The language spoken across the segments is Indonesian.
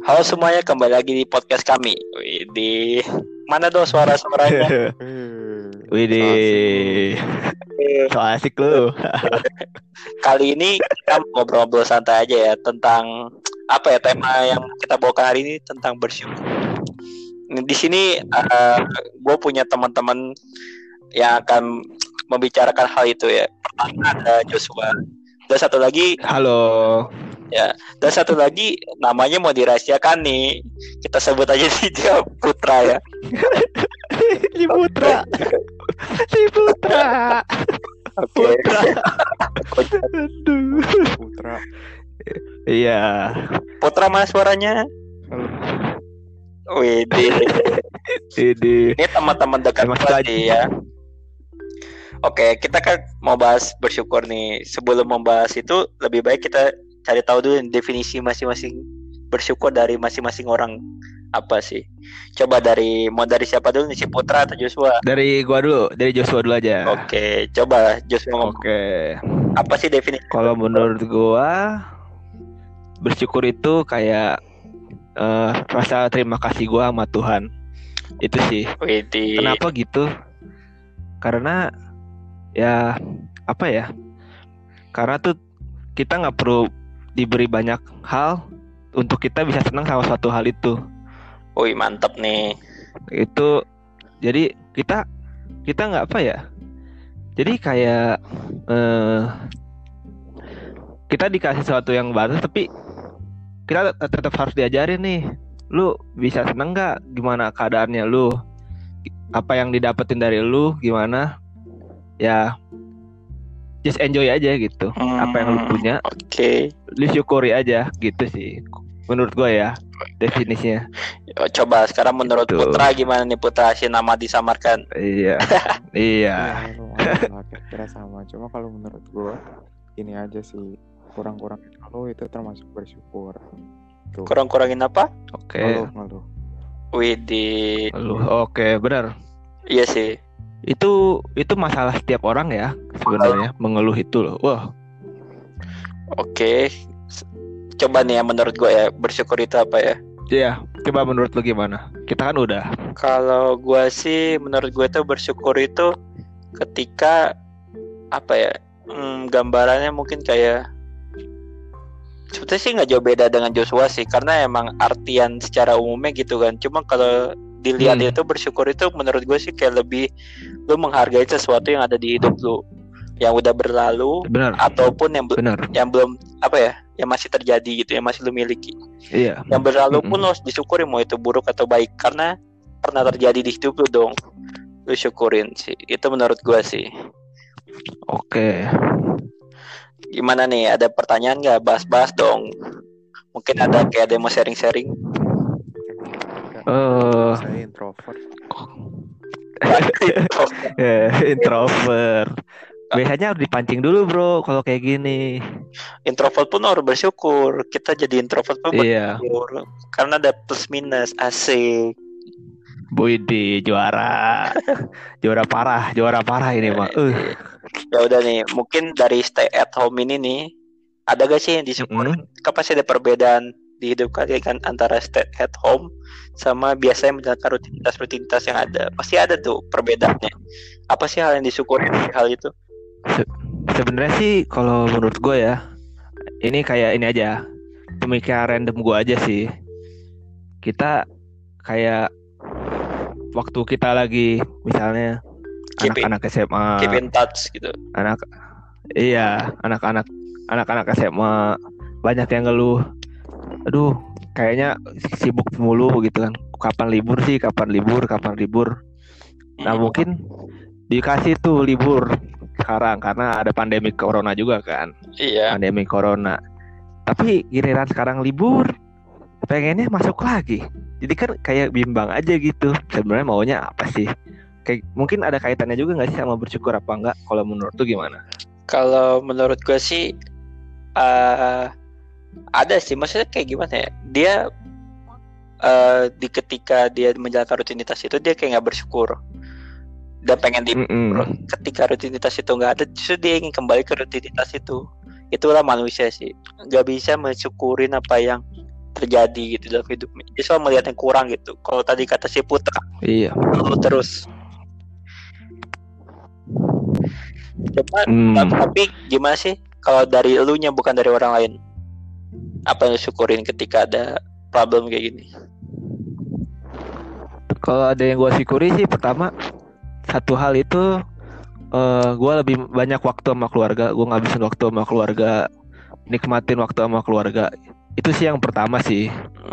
Halo semuanya, kembali lagi di podcast kami. Di mana dong suara-suaranya? Widih, so asik lu. Kali ini kita ngobrol-ngobrol santai aja ya tentang apa ya, tema yang kita bawakan hari ini tentang bersyukur. Di sini gue punya teman-teman yang akan membicarakan hal itu ya. Pertama ada Joshua. Dan satu lagi, Halo. ya, dan satu lagi namanya mau dirahasiakan nih. Kita sebut aja dia Putra ya. Si Putra. Oke. Aduh. Putra. Iya. Putra mana suaranya? Widih. Ini Teman-teman dekat Mas gua Kaji. sih ya. Oke, kita kan mau bahas bersyukur nih. Sebelum membahas itu, lebih baik kita cari tahu dulu definisi masing-masing bersyukur dari masing-masing orang apa sih. Coba mau dari siapa dulu nih, si Putra atau Joshua? Dari gua dulu, dari Joshua dulu aja. Oke, coba Joshua ngomong. Oke. Apa sih definisi? Kalau menurut gua bersyukur itu kayak rasa terima kasih gua sama Tuhan. Itu sih. Widih. Kenapa gitu? Karena ya apa ya? Karena tuh kita nggak perlu diberi banyak hal untuk kita bisa senang sama suatu hal itu. Wih, mantap nih. Itu jadi kita nggak apa ya? Jadi kayak kita dikasih sesuatu yang baru, tapi kita tetap harus diajarin nih. Lu bisa seneng nggak? Gimana keadaannya lu? Apa yang didapetin dari lu? Gimana? Ya, just enjoy aja gitu. Apa yang lu punya, Oke. lu syukuri aja gitu sih. Menurut gue ya definisinya. Coba sekarang menurut Gitu. Putra gimana nih, Putra, si nama disamarkan? Iya. Iya. Lumayan lah, kira-kira sama. Cuma kalau menurut gue ini aja sih, kurang-kurangin ngeluh itu termasuk bersyukur. Tuh. Kurang-kurangin apa? Oke. Ngeluh. Widih. Lu oke, benar. Iya sih. Itu masalah setiap orang ya sebenarnya, mengeluh itu loh. Wah, Oke. Coba nih ya, menurut gue ya, bersyukur itu apa ya? iya. Coba menurut lu gimana? Kita kan udah. Kalau gue sih, menurut gue tuh bersyukur itu ketika apa ya? Gambarannya mungkin kayak sebetulnya sih nggak jauh beda dengan Joshua sih, karena emang artian secara umumnya gitu kan. Cuma kalau dilihat itu bersyukur itu menurut gue sih kayak lebih lu menghargai sesuatu yang ada di hidup lu, yang udah berlalu, Benar. ataupun Benar. yang belum apa ya, yang masih terjadi gitu, yang masih lu miliki. Iya. Yang berlalu pun lu harus disyukuri, mau itu buruk atau baik, karena pernah terjadi di hidup lu dong. Lu syukurin sih. Itu menurut gue sih. Oke. Gimana nih? Ada pertanyaan nggak? Bahas-bahas dong. Mungkin ada kayak ada yang mau sharing-sharing. Saya introvert. Introvert. Biasanya harus dipancing dulu bro kalau kayak gini. Introvert pun harus bersyukur. Kita jadi introvert pun Iya. bersyukur. Karena ada plus minus. Asik. Boydi juara. Juara parah ini mah. Ya udah nih, mungkin dari stay at home ini nih, ada gak sih yang disyukurin? Apa sih ada perbedaan di hidup kalian kan antara stay at home sama biasanya menjalankan rutinitas yang ada? Pasti ada tuh perbedaannya. Apa sih hal yang disyukurin dari hal itu? Sebenarnya sih kalau menurut gue ya, ini kayak ini aja, pemikiran random gue aja sih. Kita kayak waktu kita lagi misalnya anak-anak SMA, keep in touch gitu. anak-anak SMA banyak yang ngeluh, aduh kayaknya sibuk mulu gitu kan, kapan libur. Nah mungkin dikasih tuh libur sekarang karena ada pandemi corona juga kan. Iya. Pandemi corona, tapi giliran sekarang libur pengennya masuk lagi, jadi kan kayak bimbang aja gitu sebenarnya maunya apa sih. Kayak mungkin ada kaitannya juga nggak sih sama bersyukur apa enggak? Kalau menurut tuh gimana? Kalau menurut gue sih ada sih, maksudnya kayak gimana ya? Dia ketika dia menjalankan rutinitas itu dia kayak nggak bersyukur dan pengen ketika rutinitas itu nggak ada, justru dia ingin kembali ke rutinitas itu. Itulah manusia sih, nggak bisa mensyukurin apa yang terjadi gitu dalam hidupnya. Dia selalu melihat yang kurang gitu. Kalau tadi kata si Putra, Iya. lu terus. Coba, tapi gimana sih kalau dari elunya bukan dari orang lain? Apa yang lu syukurin ketika ada problem kayak gini? Kalau ada yang gue syukuri sih, pertama satu hal itu gue lebih banyak waktu sama keluarga. Gue ngabisin waktu sama keluarga, nikmatin waktu sama keluarga. Itu sih yang pertama sih.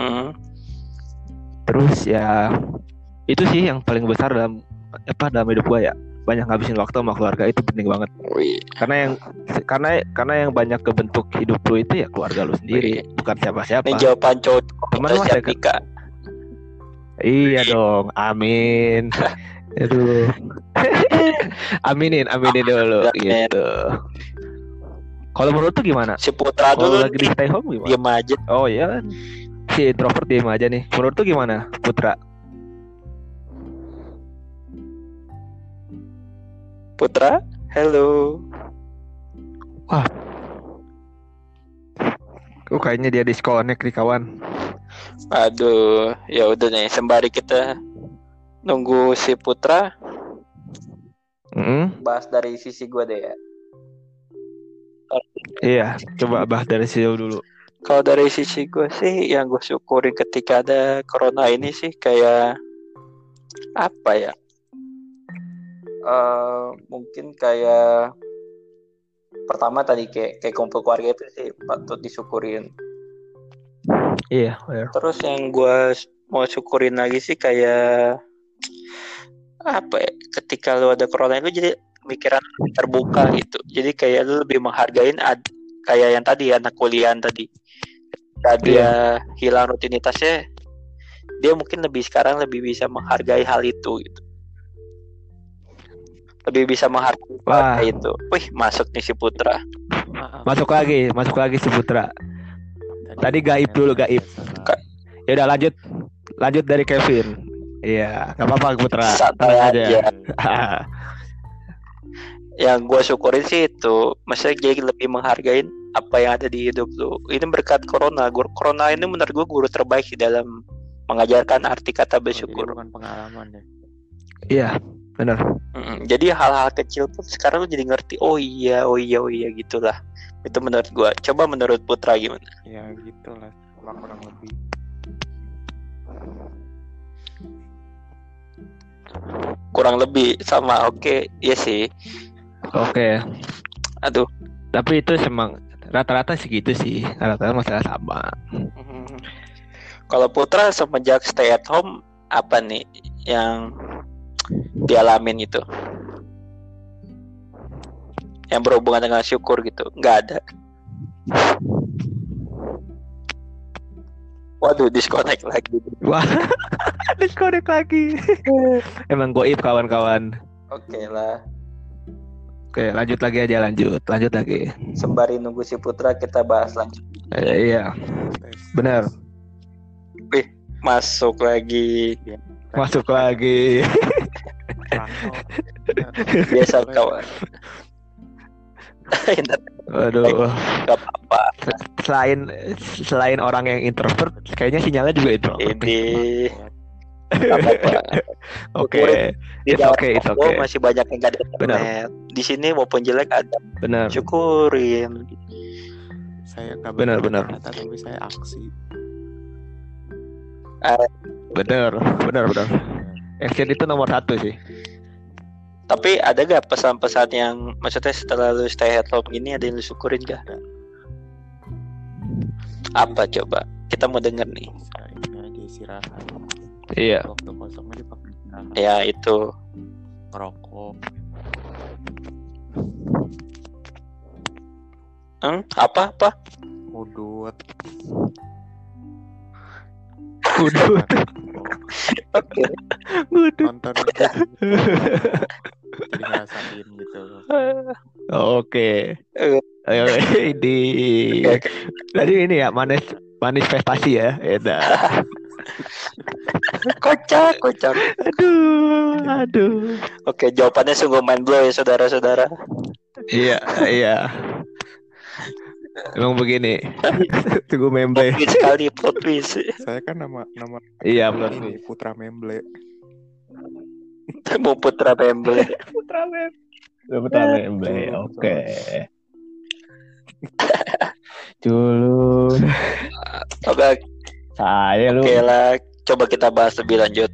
Terus ya itu sih yang paling besar dalam hidup gue ya. Banyak ngabisin waktu sama keluarga, itu penting banget. Karena yang banyak kebentuk hidup lu itu ya keluarga lu sendiri, bukan siapa-siapa. Ini jawaban cowok teman lu ada nikah. Iya dong, amin. Aduh. aminin dulu gitu. Kalau menurut tuh gimana? Si Putra Kalau dulu lagi di stay home gimana? Diam aja. Oh iya kan. Si introvert diem aja nih. Menurut tuh gimana, Putra? Putra, hello. Wah. Kayaknya dia disconnect nih kawan. Aduh, ya udah nih, sembari kita nunggu si Putra. Bahas dari sisi gue deh ya. Iya, coba bahas dari sisi dulu. Kalau dari sisi gue sih, yang gue syukurin ketika ada corona ini sih kayak apa ya? Mungkin kayak pertama tadi kayak kumpul keluarga itu sih patut disyukurin. Iya. Yeah. Terus yang gue mau syukurin lagi sih kayak apa ya? Ketika lu ada corona itu jadi pemikiran terbuka gitu. Jadi kayak lu lebih menghargain kayak yang tadi anak kuliahan tadi. Ketika dia hilang rutinitasnya, dia mungkin sekarang lebih bisa menghargai hal itu gitu. Lebih bisa menghargai itu. Wih, masuk nih si Putra. Masuk lagi si Putra. Tadi gaib dulu, gaib. Ya udah lanjut dari Kevin. Iya, nggak apa-apa Putra. Santai aja. Yang gue syukurin sih itu, maksudnya jadi lebih menghargain apa yang ada di hidup lu. Ini berkat corona. Corona ini menurut gue guru terbaik dalam mengajarkan arti kata bersyukur. Bukan pengalaman deh. Iya, benar. Jadi hal-hal kecil pun sekarang lu jadi ngerti. Oh iya gitulah. Itu menurut gue. Coba menurut Putra gimana? Ya gitulah, kurang lebih. Kurang lebih sama. Oke, iya sih. Oke. Aduh. Tapi itu emang rata-rata segitu sih. Rata-rata masalah sama. Kalau Putra semenjak stay at home apa nih yang dialamin itu? Yang berhubungan dengan syukur gitu? Nggak ada. Waduh, disconnect lagi. Wah, disconnect lagi. Emang goib kawan-kawan. Oke lah. Oke, lanjut lagi. Sembari nunggu si Putra, kita bahas lanjut. Iya, benar. Wih, masuk lagi. Biasa kawan. Waduh. Gak apa-apa. Selain orang yang introvert, kayaknya sinyalnya juga introvert. Ini gak apa-apa. Oke. It's okay. Masih banyak yang gak ada internet. Di sini walaupun jelek ada. Benar. Syukurin. Saya gak benar. Tapi saya aksi. Benar. Action itu nomor 1 sih. Tapi ada gak pesan-pesan yang maksudnya setelah lu stay at home gini ada yang lu syukurin gak? Apa coba? Kita mau denger nih. Ini aja istirahat. Iya. Waktu kosongnya dipakai istirahat. Ya itu. Ngerokok. Apa? Udut. Oke. Nonton gitu. Jadi ngerasain gitu. Oke. Ini. Tadi ini ya manifestasi ya. Kocak. Aduh. Oke, jawabannya sungguh mind blow ya saudara-saudara. Iya. Emang begini. Tunggu memble. Plot twist sekali, plot twist. Saya kan nama Iya, plot ini twist. Putra Memble. Mau Putra Memble. Putra memble. Oke. Culun. Oke, Saya lu. oke lah. Coba kita bahas lebih lanjut.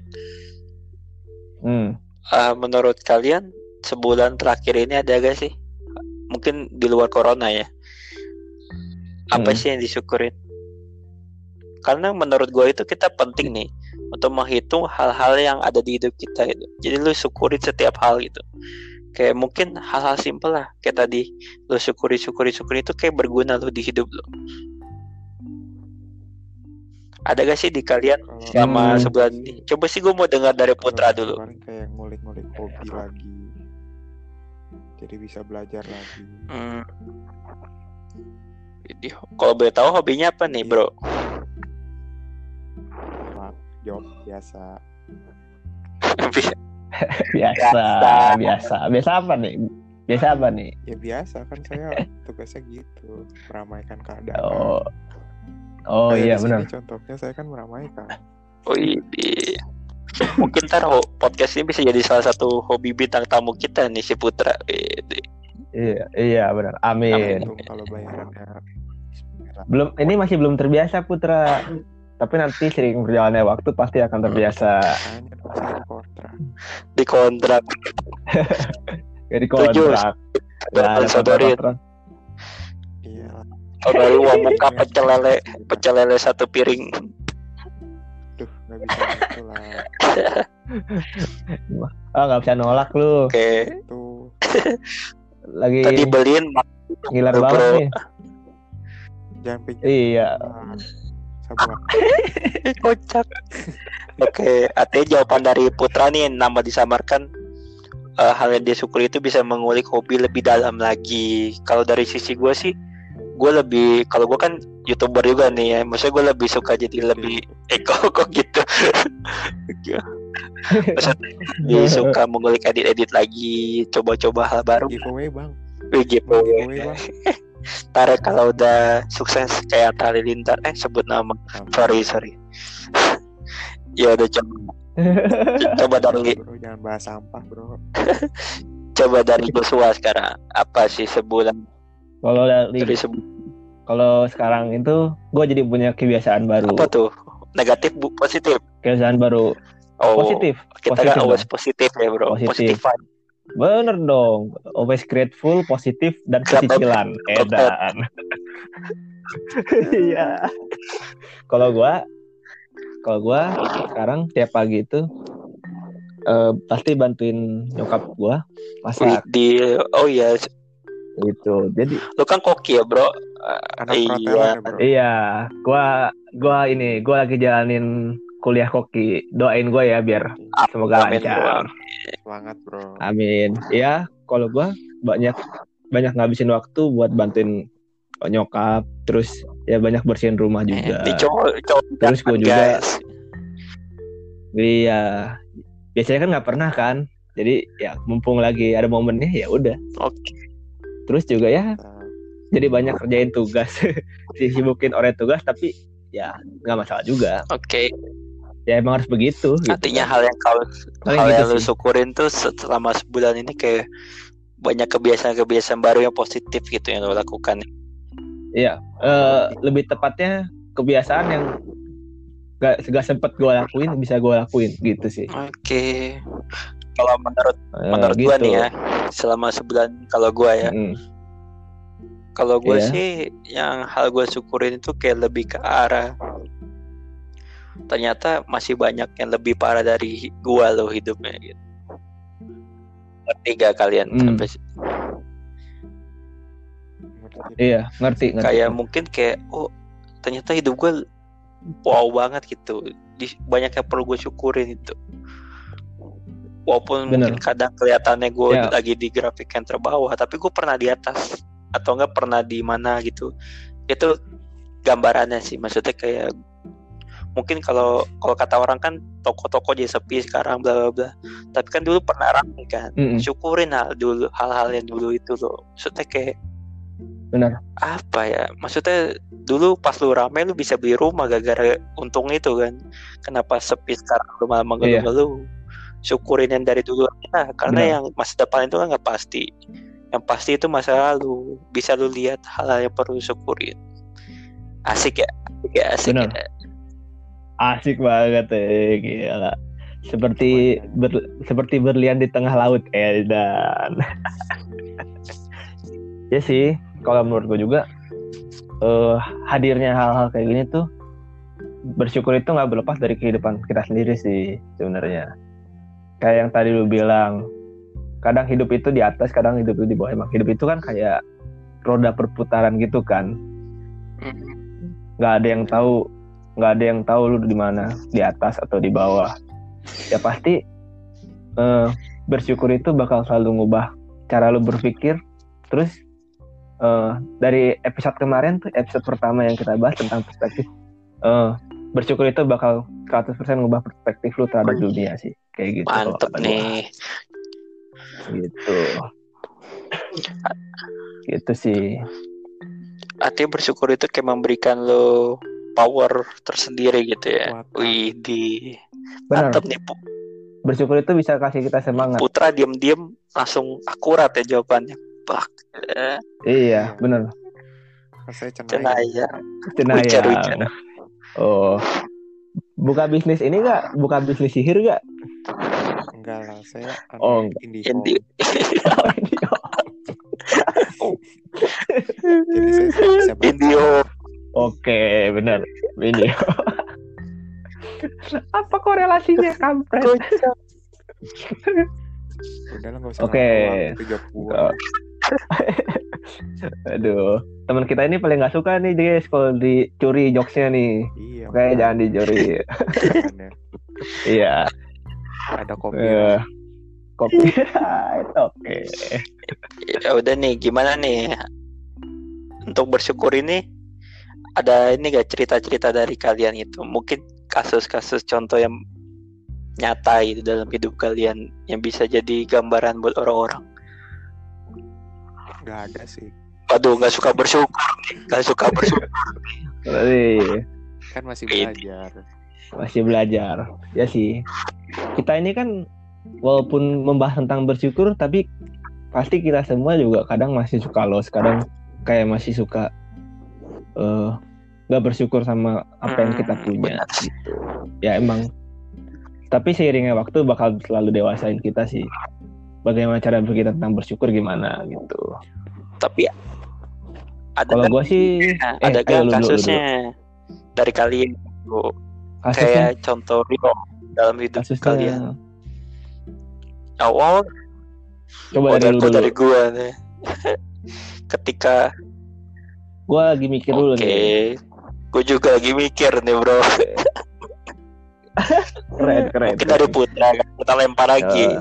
Menurut kalian sebulan terakhir ini ada gak sih? Mungkin di luar corona ya. Apa sih yang disyukurin? Karena menurut gue itu kita penting nih untuk menghitung hal-hal yang ada di hidup kita gitu. Jadi lu syukurin setiap hal gitu. Kayak mungkin hal-hal simpel lah. Kayak tadi lu syukuri itu kayak berguna lu di hidup lu. Ada gak sih di kalian selama sebulan ini? Coba sih gue mau dengar dari Putra dulu. Kemarin kayak ngulik-ngulik hobi lagi. Jadi bisa belajar lagi. Jadi, kalau boleh tahu hobinya apa nih, bro? Job biasa. Biasa apa nih? Biasa apa nih? Ya biasa kan saya tugasnya gitu, meramaikan keadaan. Oh iya benar. Contohnya saya kan meramaikan. Oh iya. Mungkin ntar podcast ini bisa jadi salah satu hobi bintang tamu kita nih si Putra. Iya benar. Amin. Kalau bayarannya ini masih belum terbiasa Putra. Tapi nanti sering berjalannya waktu pasti akan terbiasa. Di kontrak. Di kontrak. Sodorin. Iya. Sodorin uang muka pecel lele satu piring. Duh, nggak bisa gitu lah. Nggak bisa nolak lu. Oke. Tuh. Lagi. Tadi beliin. Ngiler banget nih. Jangan pikir. Iya. Kocak. Oke, artinya jawaban dari Putra nih nama disamarkan hal yang dia syukuri itu bisa mengulik hobi lebih dalam lagi. Kalau dari sisi gue sih, gue lebih, kalau gue kan YouTuber juga nih ya, maksudnya gue lebih suka jadi lebih kok gitu. Maksudnya dia suka mengulik edit lagi, coba-coba hal baru. Giveaway bang. Giveaway bang. Ntar kalau udah sukses kayak Atta Halilintar, sebut nama. Sorry. Ya udah coba dari. Bro, jangan bahas sampah bro. Coba dari Joshua sekarang. Apa sih sebulan? Kalau sekarang itu gue jadi punya kebiasaan baru. Apa tuh? Negatif positif? Kebiasaan baru. Positif. Kita kan always positif ya bro. Positifan. Bener dong, always grateful, positif dan kesicilan, edan. Iya. Kalau gua sekarang tiap pagi itu pasti bantuin nyokap gua masak. Oh iya. Gitu. Jadi lu kan koki ya bro. Iya. Bro. Iya. Gua lagi jalanin kuliah koki. Doain gue ya biar semoga lancar. Semangat bro. Amin. Ya, kalau gue banyak ngabisin waktu buat bantuin nyokap, terus ya banyak bersihin rumah juga. Terus gue juga. Iya. Biasanya kan nggak pernah kan. Jadi ya mumpung lagi ada momennya ya udah. Oke. Terus juga ya. Jadi banyak kerjain tugas. Sibukin orang tugas tapi ya nggak masalah juga. Oke. Ya emang harus begitu. Artinya gitu. Hal yang lu syukurin tuh selama sebulan ini kayak banyak kebiasaan baru yang positif gitu yang lu lakukan. Iya, lebih tepatnya kebiasaan yang gak sempet gue lakuin bisa gue lakuin gitu sih. Oke. Kalau menurut gitu. Gue nih ya, selama sebulan kalau gue ya. Kalau gue sih yang hal gue syukurin itu kayak lebih ke arah ternyata masih banyak yang lebih parah dari gue loh hidupnya gitu. Ngerti gak kalian? Iya, ngerti. Kayak mungkin kayak ternyata hidup gue wow banget gitu. Banyak yang perlu gue syukurin itu. Walaupun mungkin kadang kelihatannya gue lagi di grafik yang terbawah, tapi gue pernah di atas atau enggak pernah di mana gitu. Itu gambarannya sih, maksudnya kayak mungkin kalau kata orang kan toko-toko jadi sepi sekarang bla bla bla. Tapi kan dulu pernah ramai kan. Syukurin dulu hal-hal yang dulu itu loh. Maksudnya kayak Benar. Apa ya, maksudnya dulu pas lu rame lu bisa beli rumah gara-gara untung itu kan. Kenapa sepi sekarang lu malah mengeluh-ngeluh? Syukurin yang dari dulu aja, karena Benar. yang masa depan itu kan nggak pasti. Yang pasti itu masa lalu. Bisa lu lihat hal-hal yang perlu syukurin. Asik ya, asik Benar. ya. Asik banget gila. Seperti berlian di tengah laut dan ya sih, kalau menurut gue juga hadirnya hal-hal kayak gini tuh, bersyukur itu nggak berlepas dari kehidupan kita sendiri sih sebenarnya. Kayak yang tadi lu bilang, kadang hidup itu di atas, kadang hidup itu di bawah. Emang hidup itu kan kayak roda perputaran gitu kan. Nggak ada yang tahu lu di mana, di atas atau di bawah. Ya pasti bersyukur itu bakal selalu ngubah cara lu berpikir. Terus dari episode kemarin tuh, episode pertama yang kita bahas tentang perspektif, bersyukur itu bakal 100% ngubah perspektif lu terhadap dunia sih, kayak gitu. Mantep nih. Gitu sih. Artinya bersyukur itu kayak memberikan lo power tersendiri gitu ya. Wih, mantap nih. Bersyukur itu bisa kasih kita semangat. Putra diam-diam langsung akurat ya jawabannya. Bak. Iya, benar. Cenayang. Oh, buka bisnis ini nggak? Buka bisnis sihir nggak? Enggak lah, saya Indi. Jadi saya Indio. Oke, benar. Video. Apa korelasinya, kampret? Udah lah, nggak usah. Oke. Aduh, teman kita ini paling nggak suka nih guys kalau dicuri jokesnya nih. Iya. Oke, jangan dicuri. Iya. Ada kopi. Oke. Ya udah nih, gimana nih untuk bersyukur ini? Ada ini gak cerita-cerita dari kalian itu? Mungkin kasus-kasus contoh yang nyata itu dalam hidup kalian yang bisa jadi gambaran buat orang-orang. Gak ada sih. Waduh, gak suka bersyukur. Kan masih belajar. Ya sih. Kita ini kan walaupun membahas tentang bersyukur, tapi pasti kita semua juga kadang masih suka lost, kadang kayak masih suka gak bersyukur sama apa yang kita punya gitu. Ya emang. Tapi seiringnya waktu bakal selalu dewasain kita sih. Bagaimana cara kita tentang bersyukur gimana gitu. Tapi kalau gue sih ada gak kasusnya dari kalian kayak contoh dalam hidup kalian? Awal coba dari gue nih. Ketika gue lagi mikir dulu nih. Gue juga lagi mikir nih bro. Keren. Mungkin dari Putra kita lempar lagi.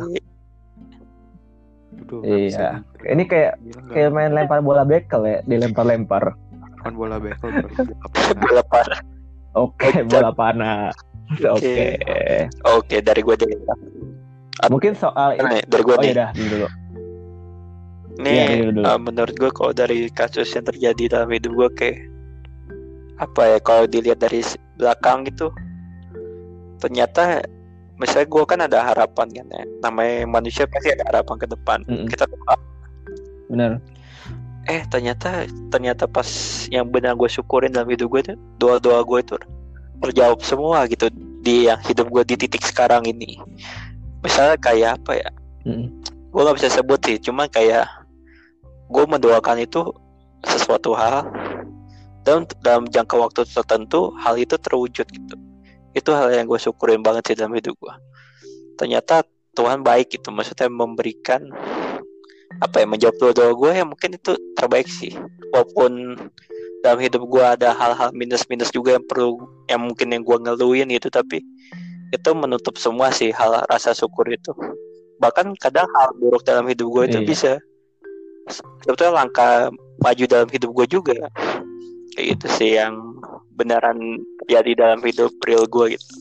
Iya. Ini kayak main lempar bola bekel ya, dilempar-lempar. Bukan bola bekel, bola panah. Oke, bola panah. Oke, dari gue deh. Mungkin soal ini dari gue nih. Iya dah, dulu. Nih, menurut gue kalau dari kasus yang terjadi dalam hidup gue kayak apa ya, kalau dilihat dari belakang gitu, ternyata misalnya gue kan ada harapan kan ya, namanya manusia pasti ada harapan ke depan. Kita benar. Ternyata pas yang benar gue syukurin dalam hidup gue tuh, doa-doa gue itu terjawab semua gitu di yang hidup gue di titik sekarang ini. Misalnya kayak apa ya, gue gak bisa sebut sih, cuma kayak gue mendoakan itu sesuatu hal dan dalam jangka waktu tertentu hal itu terwujud gitu. Itu hal yang gue syukurin banget sih dalam hidup gue. Ternyata Tuhan baik gitu, maksudnya memberikan apa ya, menjawab doa-doa gue yang mungkin itu terbaik sih. Walaupun dalam hidup gue ada hal-hal minus-minus juga yang mungkin yang gue ngeluhin gitu, tapi itu menutup semua sih hal rasa syukur itu. Bahkan kadang hal buruk dalam hidup gue itu bisa sebetulnya langkah maju dalam hidup gue juga. Kayak gitu sih yang beneran terjadi dalam hidup real gue gitu.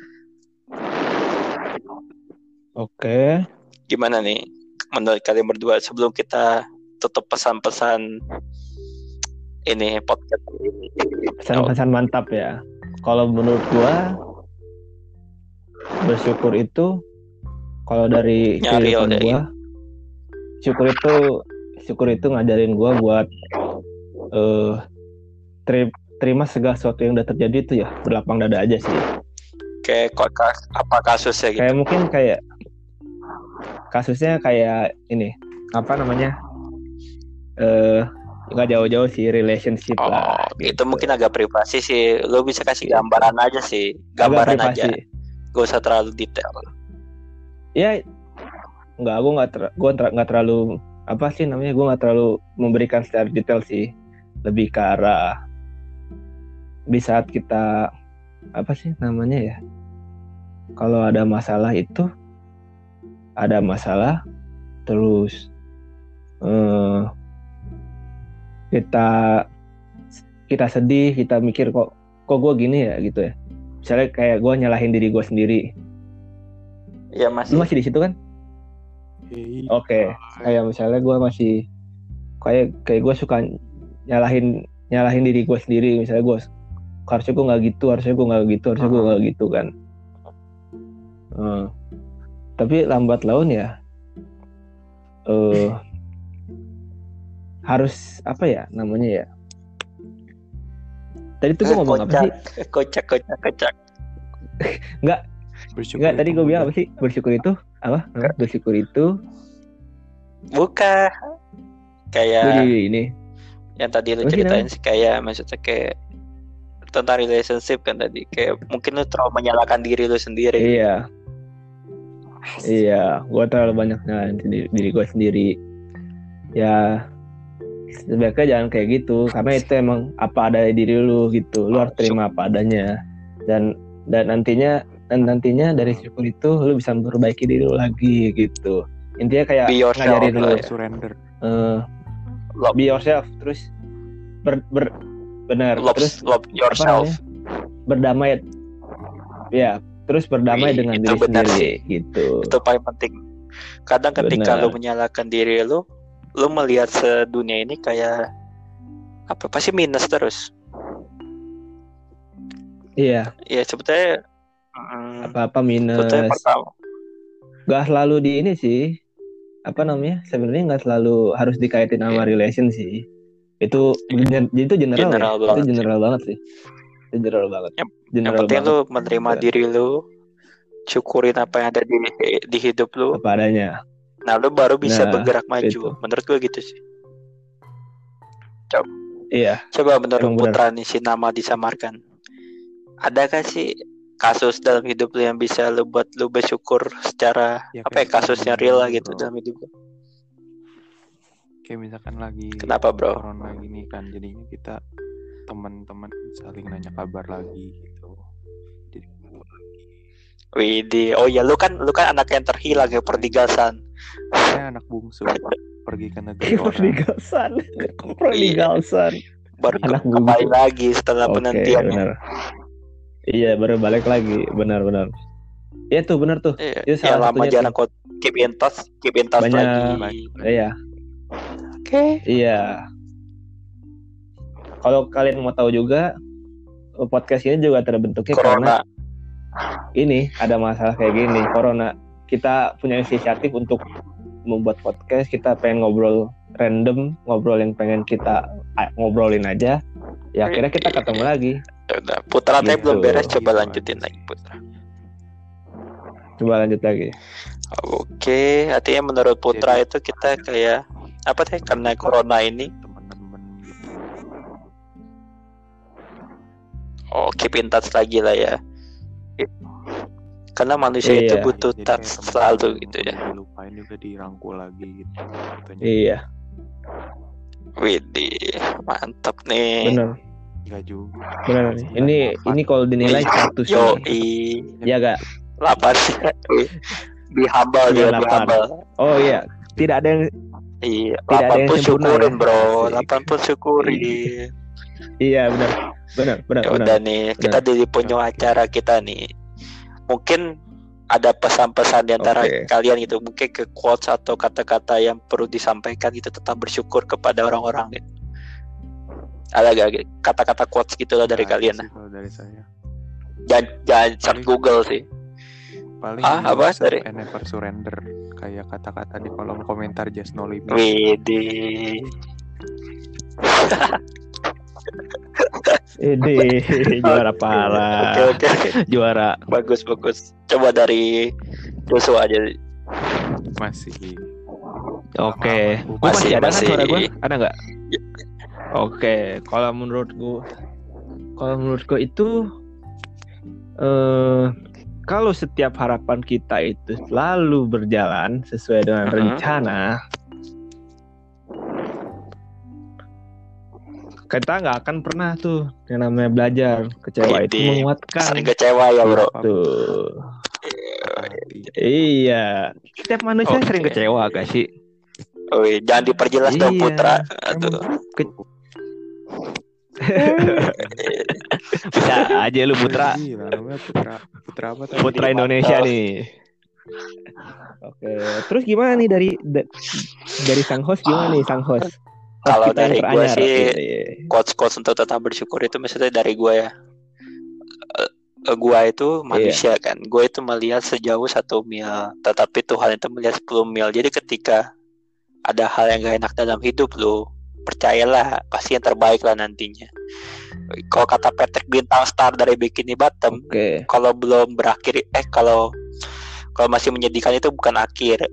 Oke. Gimana nih menurut kalian berdua sebelum kita tutup pesan-pesan ini podcast ini. Pesan-pesan mantap ya. Kalau menurut gua bersyukur itu kalau dari Nyari kehidupan udah gua, syukur itu ngajarin gua buat terima segala sesuatu yang udah terjadi itu ya berlapang dada aja sih. Kayak apa kasusnya gitu? Kayak mungkin kayak kasusnya kayak ini apa namanya? Nggak jauh-jauh sih relationship lah. Itu Gitu. mungkin agak privasi sih. Lo bisa kasih gambaran aja sih, gambaran aja. Gak usah terlalu detail. Ya, gue nggak terlalu apa sih namanya? Gue nggak terlalu memberikan secara detail sih. Lebih ke arah di saat kita apa sih namanya ya? Kalau ada masalah itu ada masalah terus kita sedih, kita mikir kok gue gini ya gitu ya. Misalnya kayak gue nyalahin diri gue sendiri. Iya masih. Lu masih di situ kan? Oke. Kayak misalnya gue masih kayak gue suka nyalahin diri gue sendiri. Misalnya gue harusnya gue nggak gitu, harusnya gue nggak gitu kan. Tapi lambat laun ya harus apa ya namanya ya? Tadi tuh gue ngomong apa sih? Kocak. Enggak, tadi gue bilang apa sih? Bersyukur itu apa? Bersyukur itu bukan kayak ini yang tadi lu ceritain sih, kayak maksudnya kayak tentang relationship kan tadi, kayak mungkin lu terlalu menyalahkan diri lu sendiri. Iya, gue terlalu banyak nyalahin diri gue sendiri. Ya sebaiknya jangan kayak gitu, karena itu emang apa ada di diri lu gitu. Lu harus terima apa adanya, dan nantinya dari syukur itu lu bisa memperbaiki diri lu lagi gitu. Intinya kayak ngajarin lu surrender. Be yourself, terus benar, terus love yourself. Berdamai. Ya, terus berdamai dengan diri sendiri sih. Gitu. Itu paling penting. Kadang ketika lu menyalahkan diri lu melihat sedunia ini kayak apa, pasti minus terus. Iya. Iya, sebetulnya apa minus. Sebetulnya pertama. Gak selalu di ini sih. Apa namanya? Sebenarnya gak selalu harus dikaitin sama relation sih. Itu general ya. Itu general banget sih. Itu general banget. Yang penting lu menerima diri lu, syukurin apa yang ada di hidup lu. Apa adanya. Nah, lu baru bisa bergerak maju. Itu. Menurut gue gitu sih. Coba menurut Putra nih, si nama disamarkan. Adakah sih kasus dalam hidup lu yang bisa lu buat lu bersyukur secara kasusnya real lah gitu dalam hidup lu? Kayak misalkan lagi kenapa bro? Corona gini kan, jadinya kita teman-teman saling nanya kabar lagi gitu. Jadi Widih, oh ya lu kan anak yang terhilang ya, perdigasan. Saya anak bungsu pergi ke negeri orang. Perdigasan. Baru kembali lagi setelah penantian. Benar. Iya, baru balik lagi, benar. Iya tuh, benar tuh. Itu salah lama jarang kok keep in touch lagi. Iya. Oke. Iya. Kalau kalian mau tahu juga, podcast ini juga terbentuknya karena ini ada masalah kayak gini, Corona. Kita punya inisiatif untuk membuat podcast, kita pengen ngobrol random, ngobrol yang pengen kita ngobrolin aja. Ya akhirnya kita ketemu lagi. Udah, Putra gitu. Belum beres, coba lanjutin lagi Putra. Coba lanjut lagi. Oke, artinya menurut Putra itu kita kayak apa teh, karena Corona ini keep in touch lagi lah ya. Karena manusia itu butuh touch selalu gitu ya. Dilupain juga dirangkul lagi gitu. Iya. Widih, mantap nih. Bener. Enggak juga. Bener. Ini kalau dinilai 100 sih. Iya gak? 8 sih. Di humble dia, di humble. Oh iya, tidak ada yang iya, 80 syukurin bro, 80 syukurin. Iya benar. Udah nih, kita di penghujung acara kita nih. Mungkin ada pesan-pesan di antara kalian gitu, mungkin ke quotes atau kata-kata yang perlu disampaikan gitu tentang bersyukur kepada orang-orang gitu. Ada gak kata-kata quotes gitu lah dari Nggak ada kalian? sih kalau dari saya. Jangan search Paling- Google sih. Paling Apa accept dari? and never surrender, kayak kata-kata di kolom komentar Just No Limit. Widih. Ini juara parah. Oke. Juara. Bagus. Coba dari Joshua aja. Masih Oke. Lama-lama. Gua masih ada kan Masih. suara gua? Ada nggak? Ya. Oke. Kalau menurut gua itu kalau setiap harapan kita itu selalu berjalan sesuai dengan rencana, kita nggak akan pernah tuh yang namanya belajar. Kecewa itu Widih. menguatkan. Sering kecewa ya bro. Tuh. hati. Iya. Setiap manusia Oke. sering kecewa gak sih? Wih, jangan diperjelas dong Iya. Putra. Aduh. Bisa aja lu Putra. Gila, namanya Putra apa tadi? Putra Indonesia nih. Oke, terus gimana nih dari sang host gimana nih sang host? Kalau Kita yang dari gue teranyar. sih Iya. quotes untuk tetap bersyukur itu maksudnya dari gue ya. Gue itu manusia kan. Gue itu melihat sejauh 1 mil, tetapi Tuhan itu melihat 10 mil. Jadi ketika ada hal yang gak enak dalam hidup lu, percayalah pasti yang terbaik lah nantinya. Kalau kata Patrick Bintang Star dari Bikini Bottom, Oke. kalau belum berakhir, kalau masih menyedihkan itu bukan akhir.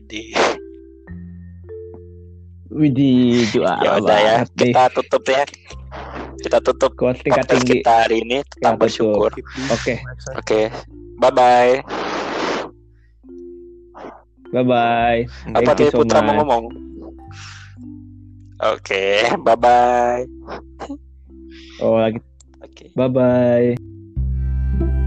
Widih, juara Ya udah ya, banget nih. kita tutup ya. Kita tutup Kuat tingkat podcast tinggi. kita hari ini tentang Ya, betul. bersyukur. Oke. Oke, bye bye. Bye-bye. Apa Thank you dia so Putra mau much. ngomong? Oke, bye bye. Oh, lagi. Oke. Bye-bye.